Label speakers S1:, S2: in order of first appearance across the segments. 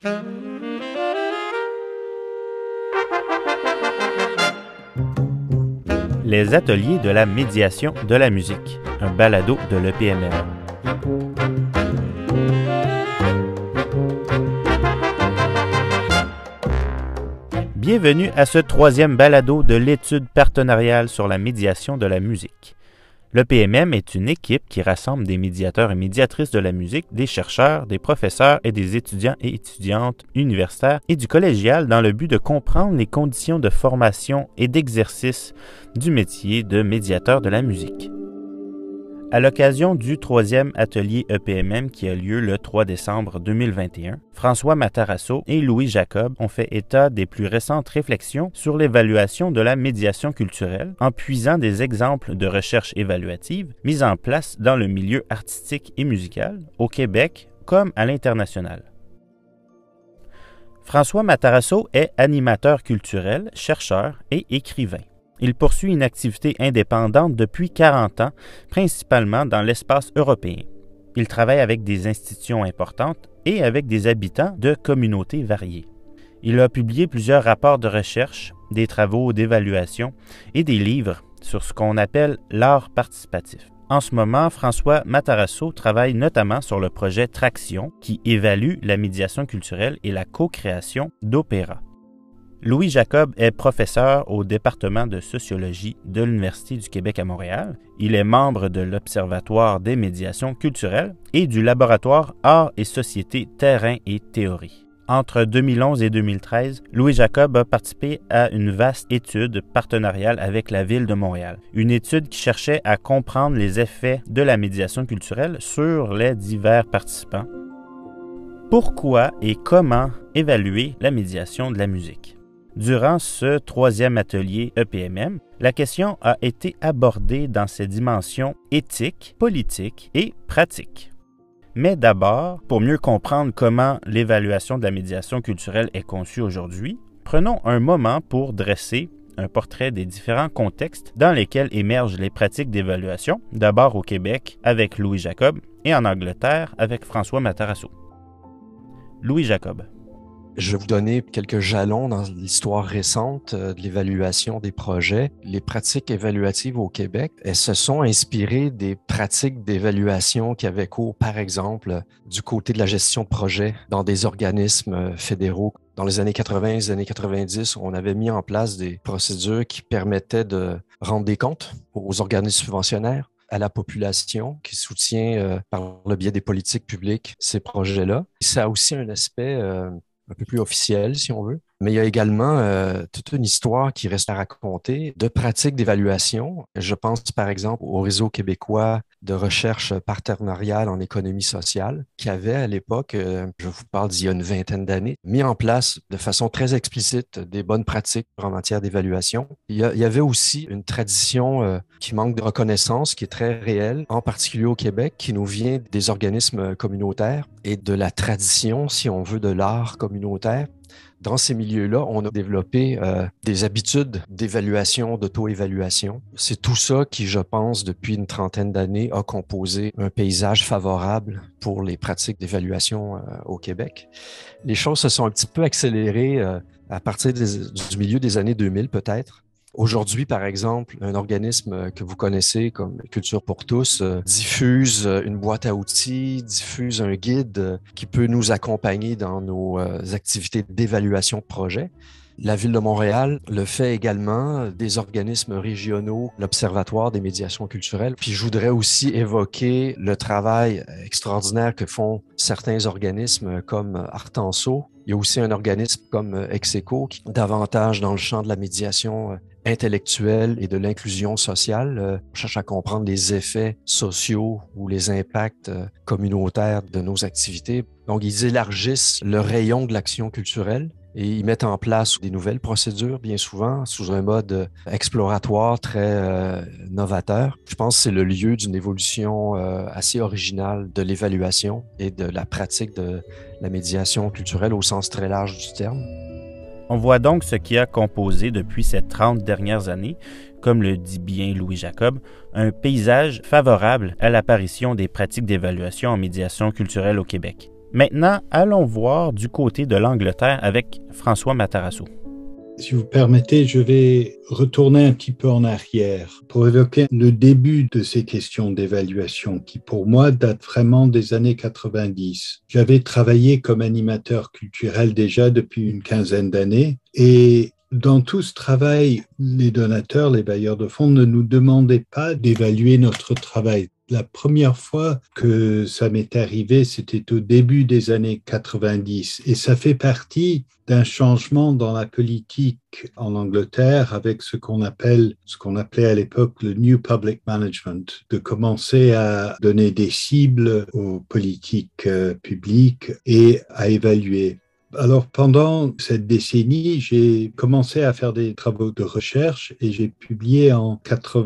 S1: Les ateliers de la médiation de la musique, un balado de l'EPMM. Bienvenue à ce troisième balado de l'étude partenariale sur la médiation de la musique. L'EPMM est une équipe qui rassemble des médiateurs et médiatrices de la musique, des chercheurs, des professeurs et des étudiants et étudiantes universitaires et du collégial dans le but de comprendre les conditions de formation et d'exercice du métier de médiateur de la musique. À l'occasion du troisième atelier EPMM qui a lieu le 3 décembre 2021, François Matarazzo et Louis Jacob ont fait état des plus récentes réflexions sur l'évaluation de la médiation culturelle en puisant des exemples de recherche évaluative mises en place dans le milieu artistique et musical, au Québec comme à l'international. François Matarazzo est animateur culturel, chercheur et écrivain. Il poursuit une activité indépendante depuis 40 ans, principalement dans l'espace européen. Il travaille avec des institutions importantes et avec des habitants de communautés variées. Il a publié plusieurs rapports de recherche, des travaux d'évaluation et des livres sur ce qu'on appelle l'art participatif. En ce moment, François Matarazzo travaille notamment sur le projet Traction qui évalue la médiation culturelle et la co-création d'opéras. Louis Jacob est professeur au département de sociologie de l'Université du Québec à Montréal. Il est membre de l'Observatoire des médiations culturelles et du laboratoire Arts et société, terrain et théorie. Entre 2011 et 2013, Louis Jacob a participé à une vaste étude partenariale avec la Ville de Montréal. Une étude qui cherchait à comprendre les effets de la médiation culturelle sur les divers participants. Pourquoi et comment évaluer la médiation de la musique? Durant ce troisième atelier EPMM, la question a été abordée dans ses dimensions éthiques, politiques et pratiques. Mais d'abord, pour mieux comprendre comment l'évaluation de la médiation culturelle est conçue aujourd'hui, prenons un moment pour dresser un portrait des différents contextes dans lesquels émergent les pratiques d'évaluation, d'abord au Québec avec Louis Jacob et en Angleterre avec François Matarazzo. Louis Jacob.
S2: Je vais vous donner quelques jalons dans l'histoire récente de l'évaluation des projets. Les pratiques évaluatives au Québec, elles se sont inspirées des pratiques d'évaluation qui avaient cours, par exemple, du côté de la gestion de projet dans des organismes fédéraux. Dans les années 80 et les années 90, on avait mis en place des procédures qui permettaient de rendre des comptes aux organismes subventionnaires, à la population qui soutient par le biais des politiques publiques ces projets-là. Ça a aussi un aspect un peu plus officiel, si on veut. Mais il y a également toute une histoire qui reste à raconter de pratiques d'évaluation. Je pense par exemple au réseau québécois de recherche partenariale en économie sociale qui avait à l'époque, je vous parle d'il y a une vingtaine d'années, mis en place de façon très explicite des bonnes pratiques en matière d'évaluation. Il y avait aussi une tradition qui manque de reconnaissance, qui est très réelle, en particulier au Québec, qui nous vient des organismes communautaires et de la tradition, si on veut, de l'art communautaire. Dans ces milieux-là, on a développé des habitudes d'évaluation, d'auto-évaluation. C'est tout ça qui, je pense, depuis une trentaine d'années, a composé un paysage favorable pour les pratiques d'évaluation au Québec. Les choses se sont un petit peu accélérées à partir du milieu des années 2000 peut-être. Aujourd'hui, par exemple, un organisme que vous connaissez comme Culture pour tous diffuse une boîte à outils, diffuse un guide qui peut nous accompagner dans nos activités d'évaluation de projet. La Ville de Montréal le fait également, des organismes régionaux, l'Observatoire des médiations culturelles. Puis je voudrais aussi évoquer le travail extraordinaire que font certains organismes comme Artenso. Il y a aussi un organisme comme Execo qui est davantage dans le champ de la médiation intellectuelle et de l'inclusion sociale. On cherche à comprendre les effets sociaux ou les impacts communautaires de nos activités. Donc, ils élargissent le rayon de l'action culturelle et ils mettent en place des nouvelles procédures, bien souvent, sous un mode exploratoire très novateur. Je pense que c'est le lieu d'une évolution assez originale de l'évaluation et de la pratique de la médiation culturelle au sens très large du terme.
S1: On voit donc ce qui a composé depuis ces 30 dernières années, comme le dit bien Louis Jacob, un paysage favorable à l'apparition des pratiques d'évaluation en médiation culturelle au Québec. Maintenant, allons voir du côté de l'Angleterre avec François Matarazzo.
S3: Si vous permettez, je vais retourner un petit peu en arrière pour évoquer le début de ces questions d'évaluation qui, pour moi, datent vraiment des années 90. J'avais travaillé comme animateur culturel déjà depuis une quinzaine d'années et dans tout ce travail, les donateurs, les bailleurs de fonds ne nous demandaient pas d'évaluer notre travail. La première fois que ça m'est arrivé, c'était au début des années 90 et ça fait partie d'un changement dans la politique en Angleterre avec ce qu'on appelait à l'époque le New Public Management, de commencer à donner des cibles aux politiques publiques et à évaluer. Alors, pendant cette décennie, j'ai commencé à faire des travaux de recherche et j'ai publié en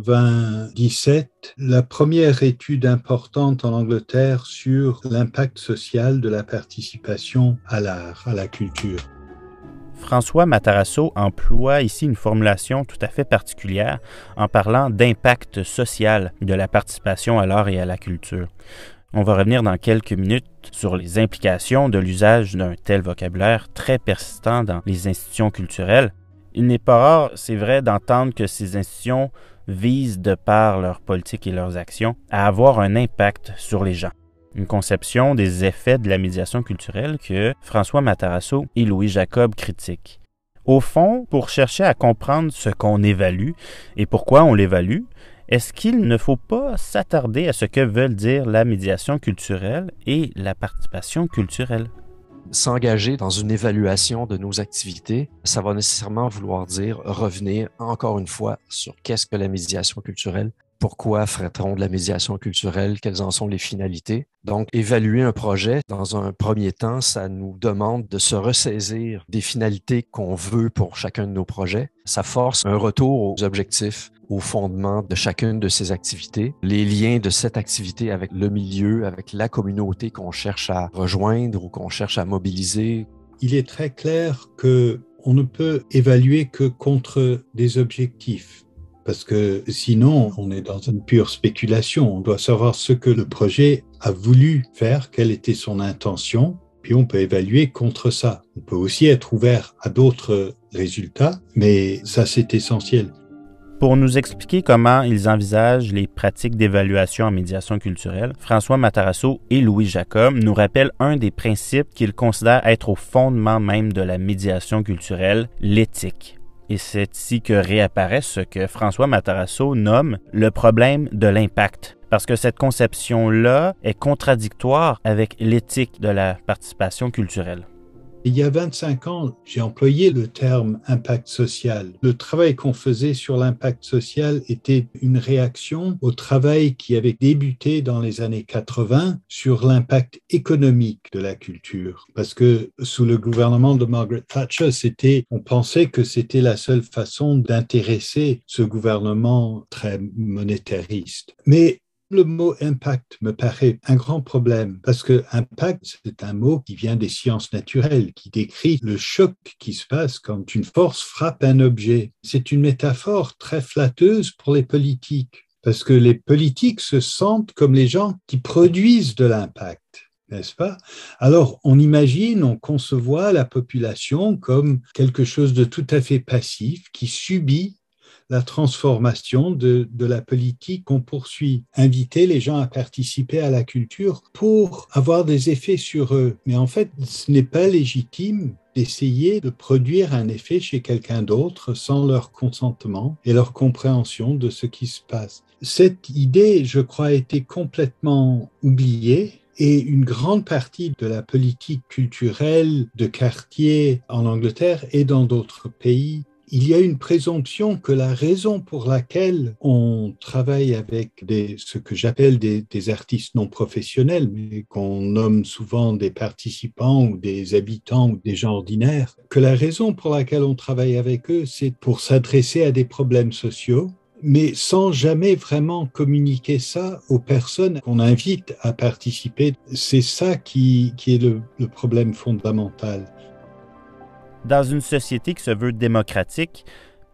S3: 97 la première étude importante en Angleterre sur l'impact social de la participation à l'art, à la culture.
S1: François Matarazzo emploie ici une formulation tout à fait particulière en parlant d'impact social de la participation à l'art et à la culture. On va revenir dans quelques minutes sur les implications de l'usage d'un tel vocabulaire très persistant dans les institutions culturelles. Il n'est pas rare, c'est vrai, d'entendre que ces institutions visent, de par leur politique et leurs actions, à avoir un impact sur les gens. Une conception des effets de la médiation culturelle que François Matarazzo et Louis Jacob critiquent. Au fond, pour chercher à comprendre ce qu'on évalue et pourquoi on l'évalue, est-ce qu'il ne faut pas s'attarder à ce que veulent dire la médiation culturelle et la participation culturelle?
S2: S'engager dans une évaluation de nos activités, ça va nécessairement vouloir dire revenir encore une fois sur qu'est-ce que la médiation culturelle, pourquoi ferait-on de la médiation culturelle, quelles en sont les finalités. Donc, évaluer un projet, dans un premier temps, ça nous demande de se ressaisir des finalités qu'on veut pour chacun de nos projets. Ça force un retour aux objectifs, aux fondements de chacune de ces activités, les liens de cette activité avec le milieu, avec la communauté qu'on cherche à rejoindre ou qu'on cherche à mobiliser.
S3: Il est très clair qu'on ne peut évaluer que contre des objectifs. Parce que sinon, on est dans une pure spéculation. On doit savoir ce que le projet a voulu faire, quelle était son intention, puis on peut évaluer contre ça. On peut aussi être ouvert à d'autres résultats, mais ça, c'est essentiel.
S1: Pour nous expliquer comment ils envisagent les pratiques d'évaluation en médiation culturelle, François Matarazzo et Louis Jacob nous rappellent un des principes qu'ils considèrent être au fondement même de la médiation culturelle, l'éthique. Et c'est ici que réapparaît ce que François Matarazzo nomme le problème de l'impact. Parce que cette conception-là est contradictoire avec l'éthique de la participation culturelle.
S3: Il y a 25 ans, j'ai employé le terme impact social. Le travail qu'on faisait sur l'impact social était une réaction au travail qui avait débuté dans les années 80 sur l'impact économique de la culture. Parce que sous le gouvernement de Margaret Thatcher, on pensait que c'était la seule façon d'intéresser ce gouvernement très monétariste. Mais le mot impact me paraît un grand problème parce que impact, c'est un mot qui vient des sciences naturelles, qui décrit le choc qui se passe quand une force frappe un objet. C'est une métaphore très flatteuse pour les politiques parce que les politiques se sentent comme les gens qui produisent de l'impact, n'est-ce pas? Alors, on conçoit la population comme quelque chose de tout à fait passif qui subit la transformation de la politique qu'on poursuit. Inviter les gens à participer à la culture pour avoir des effets sur eux. Mais en fait, ce n'est pas légitime d'essayer de produire un effet chez quelqu'un d'autre sans leur consentement et leur compréhension de ce qui se passe. Cette idée, je crois, a été complètement oubliée. Et une grande partie de la politique culturelle de quartier en Angleterre et dans d'autres pays, il y a une présomption que la raison pour laquelle on travaille avec ce que j'appelle des artistes non professionnels, mais qu'on nomme souvent des participants ou des habitants ou des gens ordinaires, que la raison pour laquelle on travaille avec eux, c'est pour s'adresser à des problèmes sociaux, mais sans jamais vraiment communiquer ça aux personnes qu'on invite à participer. C'est ça qui est le problème fondamental.
S1: Dans une société qui se veut démocratique,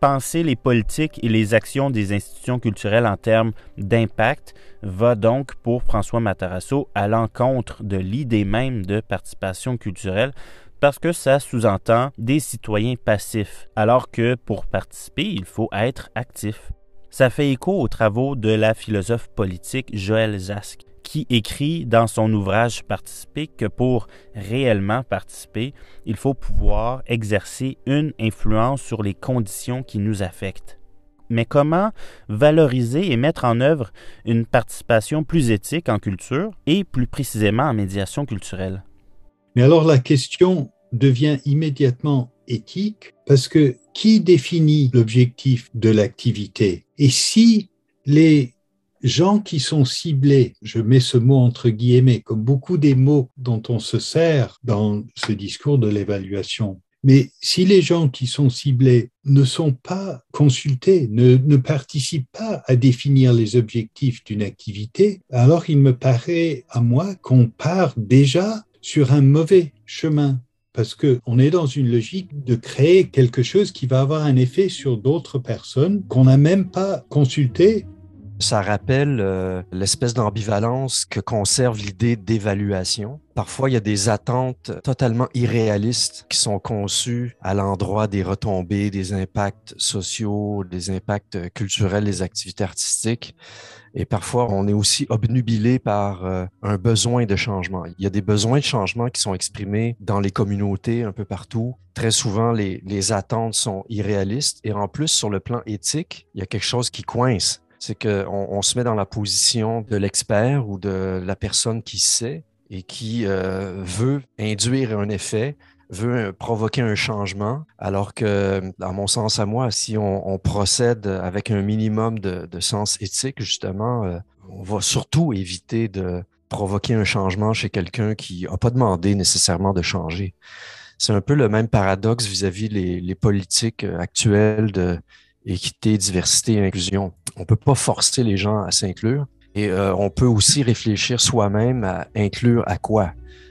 S1: penser les politiques et les actions des institutions culturelles en termes d'impact va donc, pour François Matarazzo, à l'encontre de l'idée même de participation culturelle parce que ça sous-entend des citoyens passifs, alors que pour participer, il faut être actif. Ça fait écho aux travaux de la philosophe politique Joël Zask, qui écrit dans son ouvrage Participer que pour réellement participer, il faut pouvoir exercer une influence sur les conditions qui nous affectent. Mais comment valoriser et mettre en œuvre une participation plus éthique en culture et plus précisément en médiation culturelle?
S3: Mais alors la question devient immédiatement éthique parce que qui définit l'objectif de l'activité? Et si les gens qui sont ciblés, je mets ce mot entre guillemets, comme beaucoup des mots dont on se sert dans ce discours de l'évaluation, mais si les gens qui sont ciblés ne sont pas consultés, ne participent pas à définir les objectifs d'une activité, alors il me paraît à moi qu'on part déjà sur un mauvais chemin. Parce qu'on est dans une logique de créer quelque chose qui va avoir un effet sur d'autres personnes qu'on n'a même pas consultées.
S2: Ça rappelle l'espèce d'ambivalence que conserve l'idée d'évaluation. Parfois, il y a des attentes totalement irréalistes qui sont conçues à l'endroit des retombées, des impacts sociaux, des impacts culturels, des activités artistiques. Et parfois, on est aussi obnubilé par un besoin de changement. Il y a des besoins de changement qui sont exprimés dans les communautés un peu partout. Très souvent, les attentes sont irréalistes. Et en plus, sur le plan éthique, il y a quelque chose qui coince. C'est qu'on se met dans la position de l'expert ou de la personne qui sait et qui veut induire un effet, veut provoquer un changement, alors que, dans mon sens à moi, si on procède avec un minimum de sens éthique, justement, on va surtout éviter de provoquer un changement chez quelqu'un qui n'a pas demandé nécessairement de changer. C'est un peu le même paradoxe vis-à-vis les politiques actuelles de équité, diversité et inclusion. On peut pas forcer les gens à s'inclure et on peut aussi réfléchir soi-même à inclure à quoi?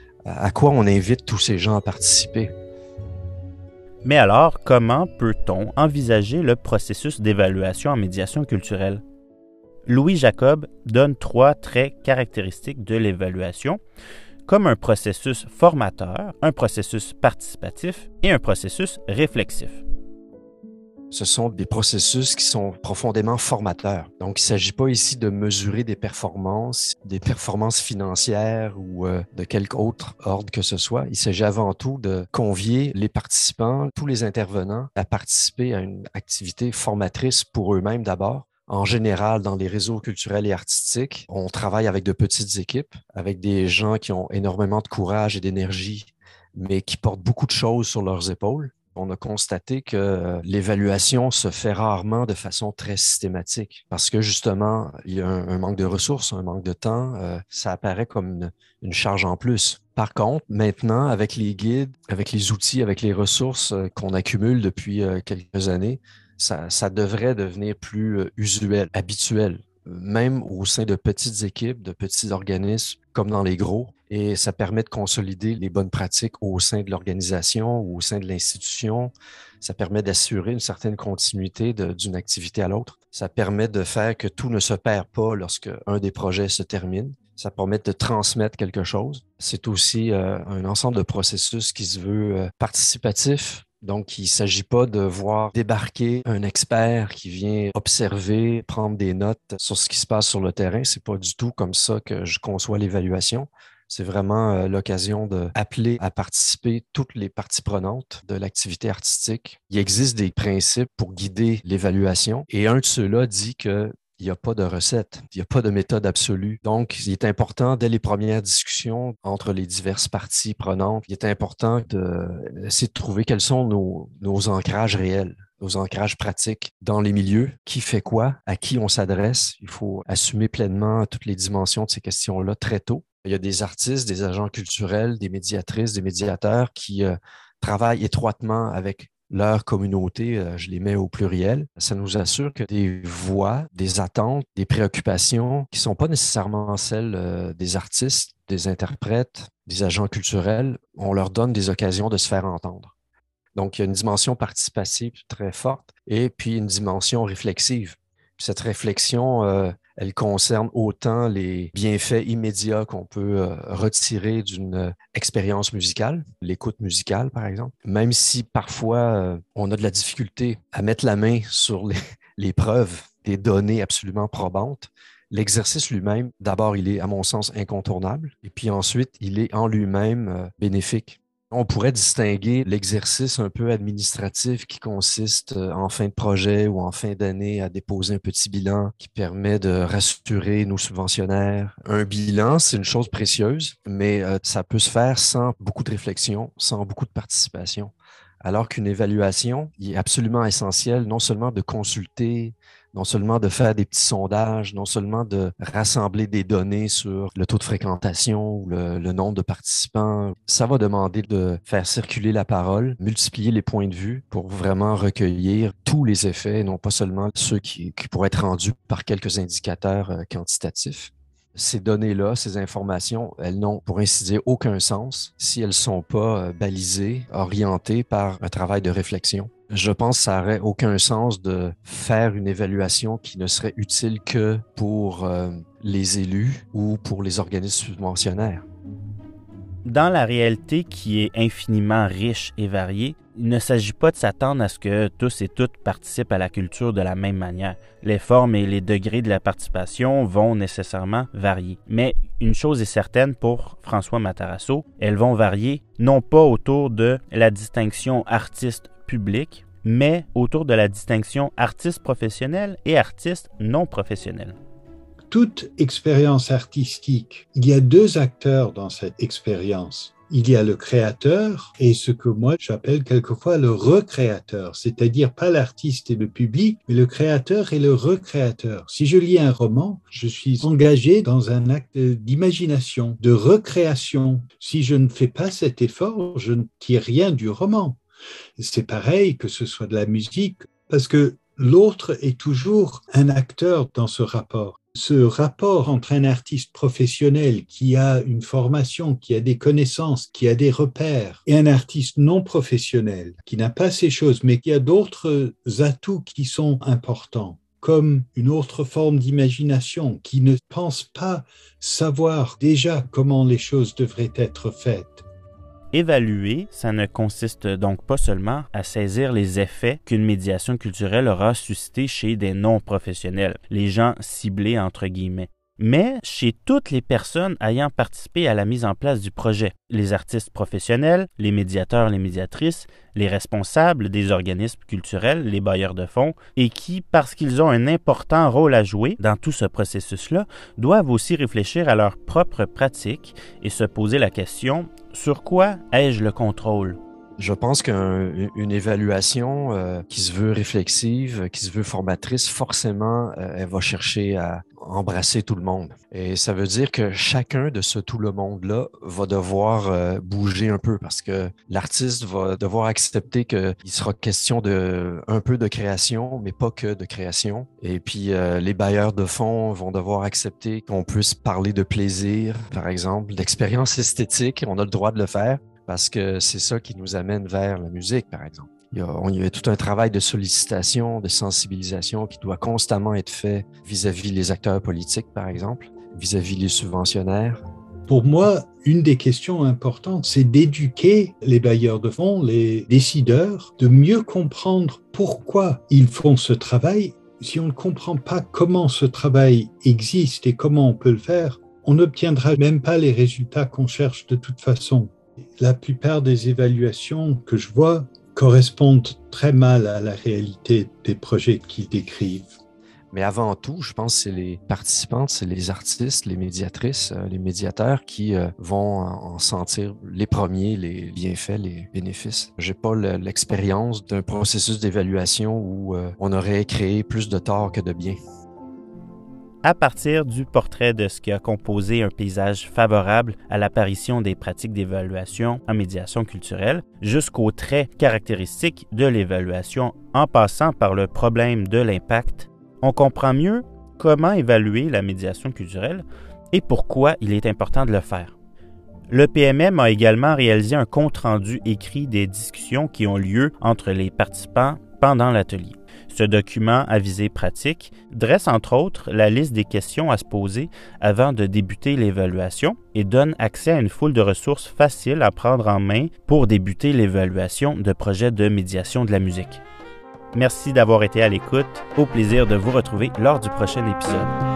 S2: À quoi on invite tous ces gens à participer?
S1: Mais alors, comment peut-on envisager le processus d'évaluation en médiation culturelle? Louis Jacob donne 3 traits caractéristiques de l'évaluation, comme un processus formateur, un processus participatif et un processus réflexif.
S2: Ce sont des processus qui sont profondément formateurs. Donc, il ne s'agit pas ici de mesurer des performances financières ou de quelque autre ordre que ce soit. Il s'agit avant tout de convier les participants, tous les intervenants, à participer à une activité formatrice pour eux-mêmes d'abord. En général, dans les réseaux culturels et artistiques, on travaille avec de petites équipes, avec des gens qui ont énormément de courage et d'énergie, mais qui portent beaucoup de choses sur leurs épaules. On a constaté que l'évaluation se fait rarement de façon très systématique parce que justement, il y a un manque de ressources, un manque de temps. Ça apparaît comme une charge en plus. Par contre, maintenant, avec les guides, avec les outils, avec les ressources qu'on accumule depuis quelques années, ça devrait devenir plus usuel, habituel, même au sein de petites équipes, de petits organismes, comme dans les gros. Et ça permet de consolider les bonnes pratiques au sein de l'organisation ou au sein de l'institution. Ça permet d'assurer une certaine continuité d'une activité à l'autre. Ça permet de faire que tout ne se perd pas lorsque un des projets se termine. Ça permet de transmettre quelque chose. C'est aussi un ensemble de processus qui se veut participatif. Donc, il ne s'agit pas de voir débarquer un expert qui vient observer, prendre des notes sur ce qui se passe sur le terrain. C'est pas du tout comme ça que je conçois l'évaluation. C'est vraiment l'occasion d'appeler à participer toutes les parties prenantes de l'activité artistique. Il existe des principes pour guider l'évaluation et un de ceux-là dit que il n'y a pas de recette, il n'y a pas de méthode absolue. Donc, il est important, dès les premières discussions entre les diverses parties prenantes, il est important d'essayer de trouver quels sont nos ancrages réels, nos ancrages pratiques dans les milieux, qui fait quoi, à qui on s'adresse. Il faut assumer pleinement toutes les dimensions de ces questions-là très tôt. Il y a des artistes, des agents culturels, des médiatrices, des médiateurs qui travaillent étroitement avec leur communauté, je les mets au pluriel. Ça nous assure que des voix, des attentes, des préoccupations qui ne sont pas nécessairement celles des artistes, des interprètes, des agents culturels, on leur donne des occasions de se faire entendre. Donc, il y a une dimension participative très forte et puis une dimension réflexive. Puis cette réflexion, elle concerne autant les bienfaits immédiats qu'on peut retirer d'une expérience musicale, l'écoute musicale, par exemple, même si parfois on a de la difficulté à mettre la main sur les preuves, des données absolument probantes. L'exercice lui-même, d'abord, il est, à mon sens, incontournable, et puis ensuite, il est en lui-même bénéfique. On pourrait distinguer l'exercice un peu administratif qui consiste en fin de projet ou en fin d'année à déposer un petit bilan qui permet de rassurer nos subventionnaires. Un bilan, c'est une chose précieuse, mais ça peut se faire sans beaucoup de réflexion, sans beaucoup de participation. Alors qu'une évaluation, il est absolument essentiel non seulement de consulter, non seulement de faire des petits sondages, non seulement de rassembler des données sur le taux de fréquentation ou le nombre de participants. Ça va demander de faire circuler la parole, multiplier les points de vue pour vraiment recueillir tous les effets, non pas seulement ceux qui pourraient être rendus par quelques indicateurs quantitatifs. Ces données-là, ces informations, elles n'ont, pour ainsi dire, aucun sens si elles ne sont pas balisées, orientées par un travail de réflexion. Je pense que ça n'aurait aucun sens de faire une évaluation qui ne serait utile que pour les élus ou pour les organismes subventionnaires.
S1: Dans la réalité qui est infiniment riche et variée, il ne s'agit pas de s'attendre à ce que tous et toutes participent à la culture de la même manière. Les formes et les degrés de la participation vont nécessairement varier. Mais une chose est certaine pour François Matarazzo, elles vont varier non pas autour de la distinction artiste-public, mais autour de la distinction artiste professionnel et artiste non professionnel.
S3: Toute expérience artistique, il y a deux acteurs dans cette expérience. Il y a le créateur et ce que moi j'appelle quelquefois le recréateur, c'est-à-dire pas l'artiste et le public, mais le créateur et le recréateur. Si je lis un roman, je suis engagé dans un acte d'imagination, de recréation. Si je ne fais pas cet effort, je ne tire rien du roman. C'est pareil que ce soit de la musique, parce que l'autre est toujours un acteur dans ce rapport. Ce rapport entre un artiste professionnel qui a une formation, qui a des connaissances, qui a des repères, et un artiste non professionnel qui n'a pas ces choses, mais qui a d'autres atouts qui sont importants, comme une autre forme d'imagination, qui ne pense pas savoir déjà comment les choses devraient être faites.
S1: Évaluer, ça ne consiste donc pas seulement à saisir les effets qu'une médiation culturelle aura suscité chez des non-professionnels, les gens ciblés entre guillemets, mais chez toutes les personnes ayant participé à la mise en place du projet, les artistes professionnels, les médiateurs, les médiatrices, les responsables des organismes culturels, les bailleurs de fonds, et qui, parce qu'ils ont un important rôle à jouer dans tout ce processus-là, doivent aussi réfléchir à leurs propres pratiques et se poser la question « Sur quoi ai-je le contrôle ?»
S2: Je pense qu'une évaluation qui se veut réflexive, qui se veut formatrice, forcément, elle va chercher à embrasser tout le monde. Et ça veut dire que chacun de ce tout le monde-là va devoir bouger un peu parce que l'artiste va devoir accepter qu'il sera question un peu de création, mais pas que de création. Et puis, les bailleurs de fonds vont devoir accepter qu'on puisse parler de plaisir, par exemple, d'expérience esthétique. On a le droit de le faire. Parce que c'est ça qui nous amène vers la musique, par exemple. Il y a tout un travail de sollicitation, de sensibilisation qui doit constamment être fait vis-à-vis les acteurs politiques, par exemple, vis-à-vis les subventionnaires.
S3: Pour moi, une des questions importantes, c'est d'éduquer les bailleurs de fonds, les décideurs, de mieux comprendre pourquoi ils font ce travail. Si on ne comprend pas comment ce travail existe et comment on peut le faire, on n'obtiendra même pas les résultats qu'on cherche de toute façon. La plupart des évaluations que je vois correspondent très mal à la réalité des projets qu'ils décrivent.
S2: Mais avant tout, je pense que c'est les participantes, c'est les artistes, les médiatrices, les médiateurs qui vont en sentir les premiers, les bienfaits, les bénéfices. J'ai pas l'expérience d'un processus d'évaluation où on aurait créé plus de tort que de bien.
S1: À partir du portrait de ce qui a composé un paysage favorable à l'apparition des pratiques d'évaluation en médiation culturelle, jusqu'aux traits caractéristiques de l'évaluation en passant par le problème de l'impact, on comprend mieux comment évaluer la médiation culturelle et pourquoi il est important de le faire. Le PMM a également réalisé un compte-rendu écrit des discussions qui ont lieu entre les participants pendant l'atelier. Ce document à visée pratique dresse entre autres la liste des questions à se poser avant de débuter l'évaluation et donne accès à une foule de ressources faciles à prendre en main pour débuter l'évaluation de projets de médiation de la musique. Merci d'avoir été à l'écoute. Au plaisir de vous retrouver lors du prochain épisode.